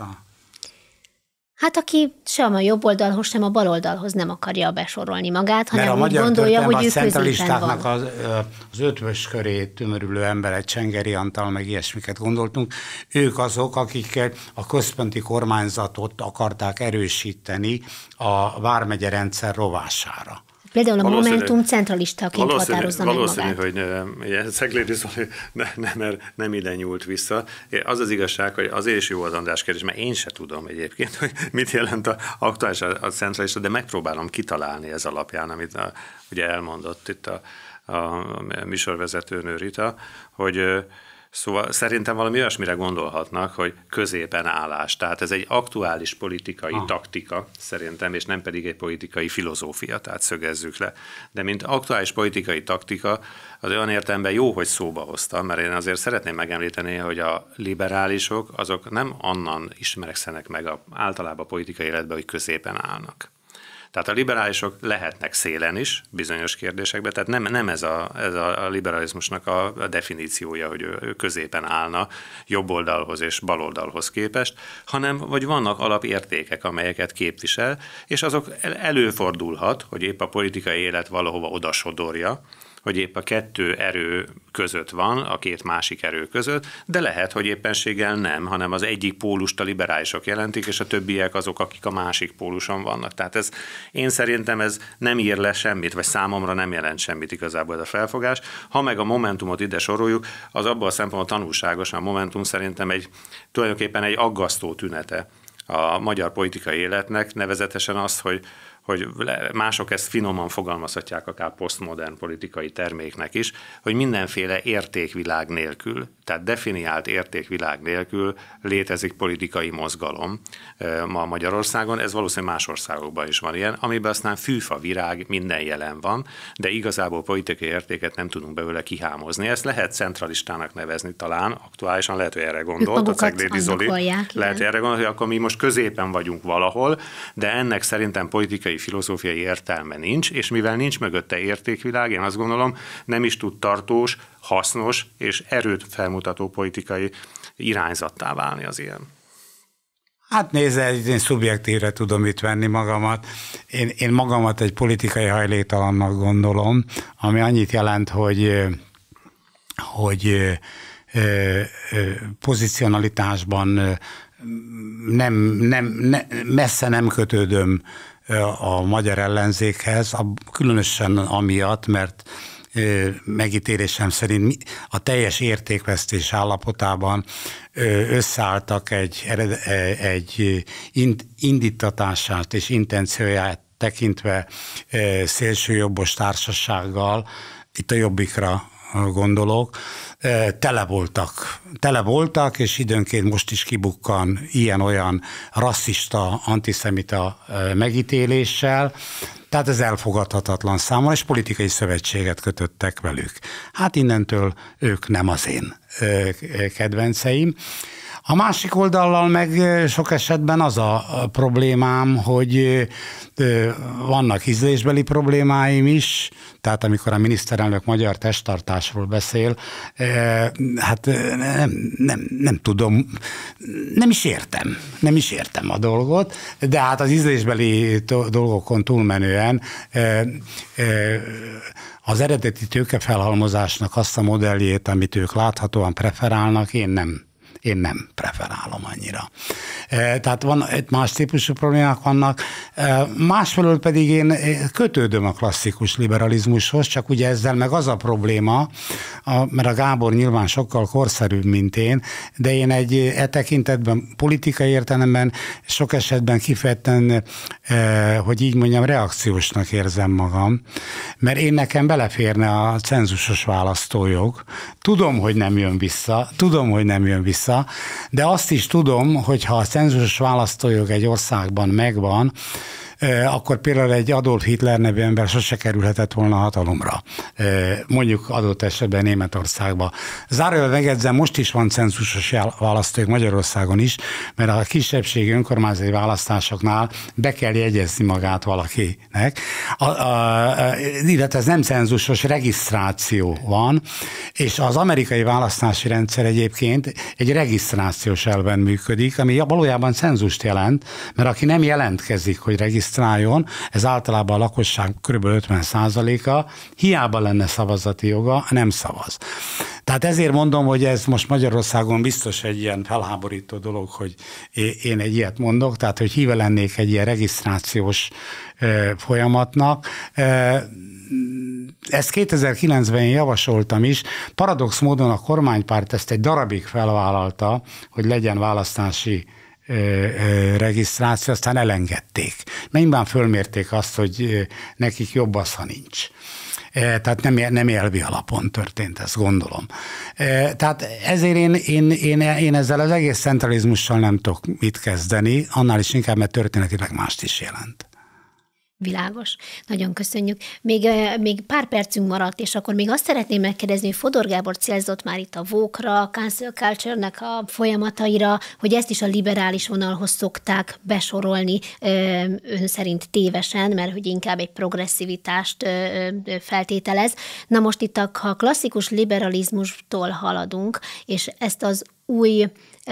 Hát aki sem a jobb oldalhoz, sem a bal oldalhoz nem akarja besorolni magát, hanem úgy gondolja, hogy ő középen van. Az ötvös köré tömörülő emberek, Csengeri Antal, meg ilyesmiket gondoltunk, ők azok, akik a központi kormányzatot akarták erősíteni a vármegye rendszer rovására. Például a Momentum centralistaként határozza meg magát. Valószínű, hogy Ceglédi Zoli nem ide nyúlt vissza. Az az igazság, hogy azért is jó az András kérdés, mert én se tudom egyébként, hogy mit jelent a aktuális a centralista, de megpróbálom kitalálni ez alapján, amit ugye elmondott itt a műsorvezetőnő Rita, hogy szóval szerintem valami olyasmire gondolhatnak, hogy középen állás. Tehát ez egy aktuális politikai taktika szerintem, és nem pedig egy politikai filozófia, tehát szögezzük le. De mint aktuális politikai taktika, az olyan értelemben jó, hogy szóba hoztam, mert én azért szeretném megemlíteni, hogy a liberálisok azok nem onnan ismerekszenek meg általában a politikai életben, hogy középen állnak. Tehát a liberálisok lehetnek szélen is bizonyos kérdésekben, tehát nem ez a liberalizmusnak a definíciója, hogy ő középen állna jobb oldalhoz és bal oldalhoz képest, hanem hogy vannak alapértékek, amelyeket képvisel, és azok előfordulhat, hogy épp a politikai élet valahova odasodorja, hogy épp a 2 erő között van, a 2 másik erő között, de lehet, hogy éppenséggel nem, hanem az egyik pólust a liberálisok jelentik, és a többiek azok, akik a másik póluson vannak. Tehát én szerintem ez nem ír le semmit, vagy számomra nem jelent semmit igazából ez a felfogás. Ha meg a Momentumot ide soroljuk, az abban a szempontból tanulságos, a Momentum szerintem tulajdonképpen egy aggasztó tünete a magyar politikai életnek, nevezetesen az, hogy mások ezt finoman fogalmazhatják akár posztmodern politikai terméknek is, hogy mindenféle értékvilág nélkül, tehát definiált értékvilág nélkül létezik politikai mozgalom ma Magyarországon, ez valószínűleg más országokban is van ilyen, amiben aztán fűfa, virág, minden jelen van, de igazából politikai értéket nem tudunk belőle kihámozni. Ezt lehet centralistának nevezni talán, aktuálisan lehet, hogy erre gondolt, a Ceglédi Zoli, lehet, hogy erre gondolt, hogy akkor mi most középen vagyunk valahol, de ennek szerintem politikai filozófiai értelme nincs, és mivel nincs mögötte értékvilág, én azt gondolom, nem is tud tartós, hasznos és erőt felmutató politikai irányzattá válni az ilyen. Hát nézze, én szubjektívre tudom itt venni magamat. Én magamat egy politikai hajléktalannak gondolom, ami annyit jelent, hogy pozicionalitásban messze nem kötődöm a magyar ellenzékhez, különösen amiatt, mert megítélésem szerint a teljes értékvesztés állapotában összeálltak egy indítatását és intencióját tekintve szélsőjobbos társasággal, itt a Jobbikra gondolok, tele voltak, és időnként most is kibukkan ilyen-olyan rasszista, antiszemita megítéléssel, tehát ez elfogadhatatlan számomra, és politikai szövetséget kötöttek velük. Hát innentől ők nem az én kedvenceim. A másik oldallal meg sok esetben az a problémám, hogy vannak ízlésbeli problémáim is, tehát amikor a miniszterelnök magyar testtartásról beszél, hát nem tudom, nem is értem a dolgot, de hát az ízlésbeli dolgokon túlmenően az eredeti tőkefelhalmozásnak azt a modelljét, amit ők láthatóan preferálnak, én nem preferálom annyira. Tehát más típusú problémák vannak. Másfelől pedig én kötődöm a klasszikus liberalizmushoz, csak ugye ezzel meg az a probléma, mert a Gábor nyilván sokkal korszerűbb, mint én, de én egy tekintetben politikai értelemben sok esetben kifejezetten, hogy így mondjam, reakciósnak érzem magam, mert én nekem beleférne a cenzusos választójog. Tudom, hogy nem jön vissza, de azt is tudom, hogy ha a cenzusos választójog egy országban megvan, akkor például egy Adolf Hitler nevű ember sose kerülhetett volna hatalomra. Mondjuk adott esetben Németországba. Zárójelben megjegyzem, most is van cenzusos választójog Magyarországon is, mert a kisebbségi önkormányzati választásoknál be kell jegyezni magát valakinek. Illetve ez nem cenzusos, regisztráció van, és az amerikai választási rendszer egyébként egy regisztrációs elven működik, ami valójában cenzust jelent, mert aki nem jelentkezik, hogy regisztráljon, ez általában a lakosság kb. 50%-a, hiába lenne szavazati joga, nem szavaz. Tehát ezért mondom, hogy ez most Magyarországon biztos egy ilyen felháborító dolog, hogy én egy ilyet mondok, tehát hogy híve lennék egy ilyen regisztrációs folyamatnak. Ezt 2009-ben én javasoltam is. Paradox módon a kormánypárt ezt egy darabig felvállalta, hogy legyen választási regisztráció, aztán elengedték. Mennyiben fölmérték azt, hogy nekik jobb az, ha nincs. Tehát nem elvi alapon történt, ezt gondolom. Tehát ezért én ezzel az egész centralizmussal nem tudok mit kezdeni, annál is inkább, mert történetileg mást is jelent. Világos. Nagyon köszönjük. Még pár percünk maradt, és akkor még azt szeretném megkérdezni, hogy Fodor Gábor célzott már itt a woke-ra, a cancel culture-nek a folyamataira, hogy ezt is a liberális vonalhoz szokták besorolni, ön szerint tévesen, mert hogy inkább egy progresszivitást feltételez. Na most itt a klasszikus liberalizmustól haladunk, és ezt az új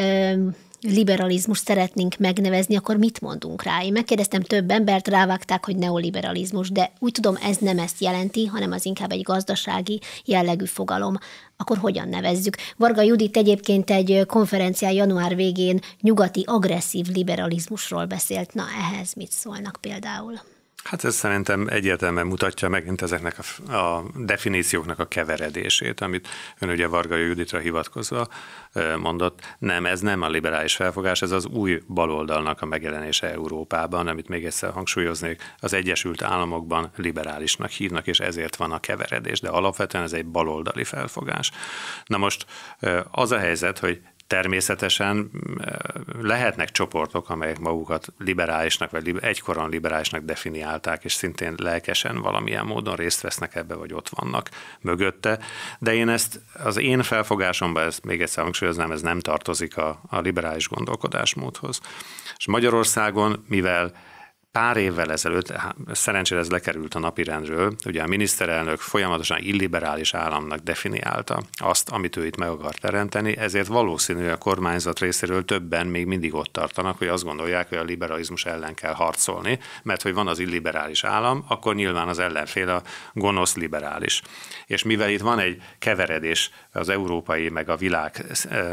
liberalizmus szeretnénk megnevezni, akkor mit mondunk rá? Én megkérdeztem több embert, rávágták, hogy neoliberalizmus, de úgy tudom, ez nem ezt jelenti, hanem az inkább egy gazdasági jellegű fogalom. Akkor hogyan nevezzük? Varga Judit egyébként egy konferencián január végén nyugati agresszív liberalizmusról beszélt. Na, ehhez mit szólnak például? Hát ez szerintem egyértelműen mutatja megint ezeknek a definícióknak a keveredését, amit ön ugye Varga Juditra hivatkozva mondott. Nem, ez nem a liberális felfogás, ez az új baloldalnak a megjelenése Európában, amit még egyszer hangsúlyoznék, az Egyesült Államokban liberálisnak hívnak, és ezért van a keveredés, de alapvetően ez egy baloldali felfogás. Na most az a helyzet, hogy természetesen lehetnek csoportok, amelyek magukat liberálisnak, vagy egykoron liberálisnak definiálták, és szintén lelkesen valamilyen módon részt vesznek ebbe, vagy ott vannak mögötte. De én ezt az én felfogásomban, ezt még egyszer hangsúlyoznám, ez nem tartozik a liberális gondolkodásmódhoz. És Magyarországon, mivel pár évvel ezelőtt, szerencsére ez lekerült a napirendről, ugye a miniszterelnök folyamatosan illiberális államnak definiálta azt, amit ő itt meg akar teremteni, ezért valószínű, hogy a kormányzat részéről többen még mindig ott tartanak, hogy azt gondolják, hogy a liberalizmus ellen kell harcolni, mert hogy van az illiberális állam, akkor nyilván az ellenfél a gonosz liberális. És mivel itt van egy keveredés az európai meg a világ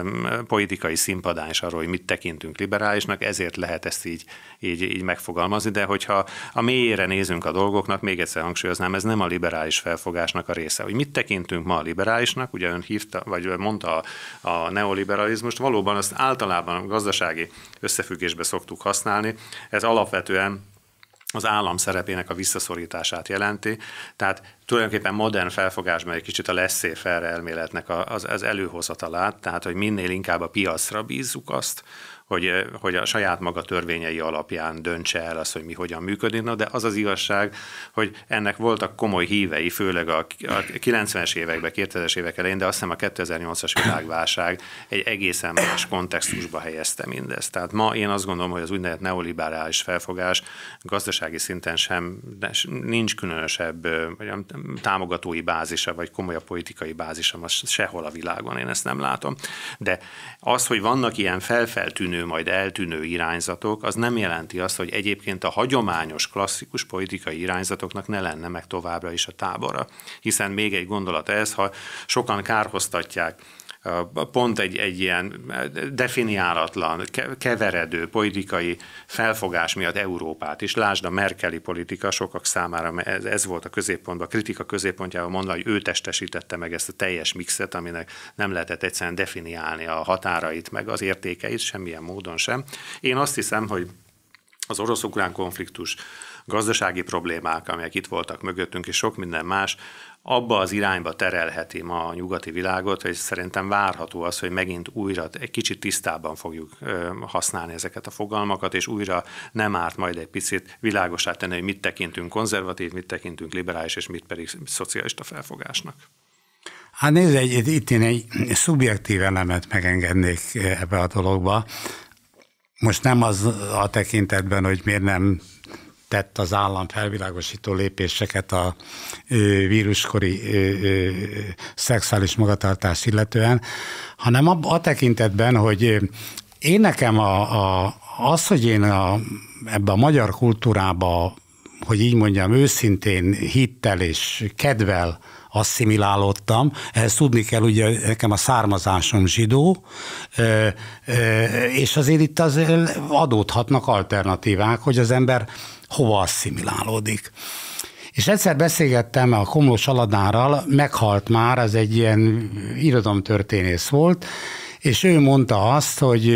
politikai színpadán is arról, hogy mit tekintünk liberálisnak, ezért lehet ezt így megfogalmazni, de hogyha a mélyére nézünk a dolgoknak, még egyszer hangsúlyoznám, ez nem a liberális felfogásnak a része. Hogy mit tekintünk ma a liberálisnak, ugye ön hívta, vagy mondta a neoliberalizmust, valóban azt általában a gazdasági összefüggésbe szoktuk használni, ez alapvetően az állam szerepének a visszaszorítását jelenti, tehát tulajdonképpen modern felfogásban egy kicsit a laissez-faire elméletnek az előhozatalát, tehát hogy minél inkább a piacra bízzuk azt, hogy a saját maga törvényei alapján döntse el azt, hogy mi hogyan működik. De az az igazság, hogy ennek voltak komoly hívei, főleg a 90-es években, 2000-es évek elején, de azt hiszem a 2008-as világválság egy egészen más kontextusba helyezte mindezt. Tehát ma én azt gondolom, hogy az úgynevezett neoliberális felfogás gazdasági szinten sem nincs különösebb támogatói bázisa, vagy komolyabb politikai bázisa most sehol a világon, én ezt nem látom. De az, hogy vannak ilyen felfeltűnő, majd eltűnő irányzatok, az nem jelenti azt, hogy egyébként a hagyományos, klasszikus politikai irányzatoknak ne lenne meg továbbra is a tábora. Hiszen még egy gondolat ez, ha sokan kárhoztatják pont egy ilyen definiálatlan, keveredő politikai felfogás miatt Európát is. Lásd a merkeli politika, sokak számára ez volt a középpontban, a kritika középpontjában mondva, hogy ő testesítette meg ezt a teljes mixet, aminek nem lehetett egyszerűen definiálni a határait, meg az értékeit, semmilyen módon sem. Én azt hiszem, hogy az orosz-ukrán konfliktus, gazdasági problémák, amelyek itt voltak mögöttünk, és sok minden más, abba az irányba terelheti ma a nyugati világot, hogy szerintem várható az, hogy megint újra egy kicsit tisztában fogjuk használni ezeket a fogalmakat, és újra nem árt majd egy picit világossá tenni, hogy mit tekintünk konzervatív, mit tekintünk liberális, és mit pedig szocialista felfogásnak. Hát nézd, itt én egy szubjektív elemet megengednék ebbe a dologba. Most nem az a tekintetben, hogy miért nem tett az állam felvilágosító lépéseket a víruskori szexuális magatartást illetően, hanem a tekintetben, hogy én nekem az, hogy én ebbe a magyar kultúrába, hogy így mondjam, őszintén hittel és kedvel asszimilálódtam. Ehhez tudni kell, ugye nekem a származásom zsidó, és azért itt adódhatnak alternatívák, hogy az ember hova asszimilálódik. És egyszer beszélgettem a Komlós Aladárral, meghalt már, az egy ilyen irodalomtörténész volt, és ő mondta azt, hogy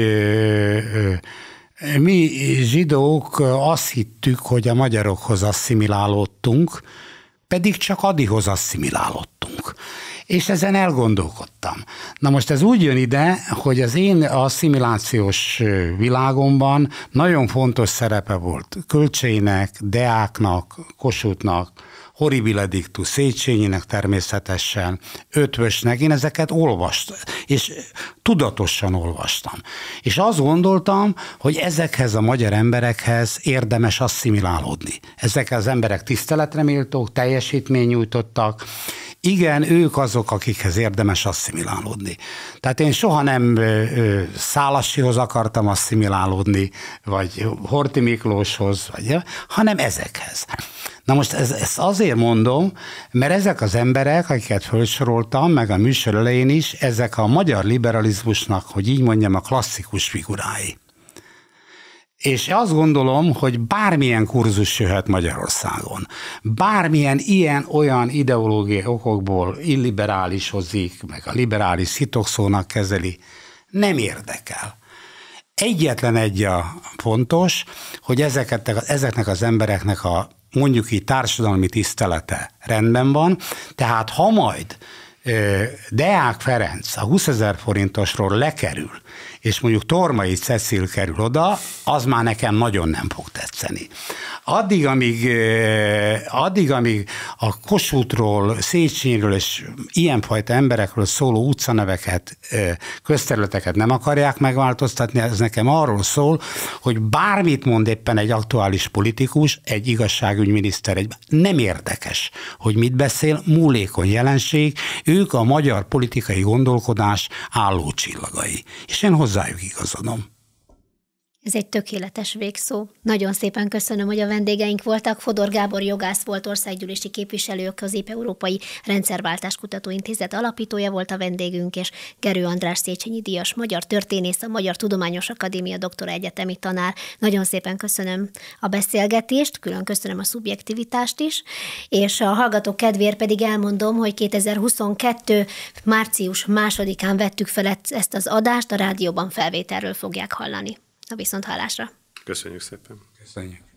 mi zsidók azt hittük, hogy a magyarokhoz asszimilálódtunk, pedig csak Adihoz asszimilálódtunk. És ezen elgondolkodtam. Na most ez úgy jön ide, hogy az én asszimilációs világomban nagyon fontos szerepe volt Kölcseinek, Deáknak, Kossuthnak, Horribile Dictu, Széchenyinek természetesen, Ötvösnek, én ezeket olvastam, és tudatosan olvastam. És azt gondoltam, hogy ezekhez a magyar emberekhez érdemes asszimilálódni. Ezek az emberek tiszteletre méltók, teljesítmény nyújtottak, igen, ők azok, akikhez érdemes asszimilálódni. Tehát én soha nem Szálasihoz akartam asszimilálódni, vagy Horthy Miklóshoz, hanem ezekhez. Na most ezt azért mondom, mert ezek az emberek, akiket felsoroltam, meg a műsor elején is, ezek a magyar liberalizmusnak, hogy így mondjam, a klasszikus figurái. És azt gondolom, hogy bármilyen kurzus jöhet Magyarországon, bármilyen ilyen-olyan ideológiai okokból illiberálisozik, meg a liberális szitokszónak kezeli, nem érdekel. Egyetlen egy a fontos, hogy ezeknek az embereknek a mondjuk így társadalmi tisztelete rendben van, tehát ha majd Deák Ferenc a 20 000 forintosról lekerül, és mondjuk Tormai Cecil kerül oda, az már nekem nagyon nem fog tetszeni. Addig, amíg a Kossuthról, Széchenyről és ilyenfajta emberekről szóló utcaneveket, közterületeket nem akarják megváltoztatni, ez nekem arról szól, hogy bármit mond éppen egy aktuális politikus, egy igazságügyminiszter, nem érdekes, hogy mit beszél, múlékony jelenség, ők a magyar politikai gondolkodás állócsillagai. És én hozzájuk igazodom. Ez egy tökéletes végszó. Nagyon szépen köszönöm, hogy a vendégeink voltak. Fodor Gábor jogász volt, országgyűlési képviselő, a Közép-Európai Rendszerváltás Kutatóintézet alapítója volt a vendégünk, és Gerő András Széchenyi díjas magyar történész, a Magyar Tudományos Akadémia doktora egyetemi tanár. Nagyon szépen köszönöm a beszélgetést, külön köszönöm a szubjektivitást is, és a hallgatók kedvéért pedig elmondom, hogy 2022. március 2-án vettük fel ezt az adást, a rádióban felvételről fogják hallani. A viszonthallásra. Köszönjük szépen. Köszönjük.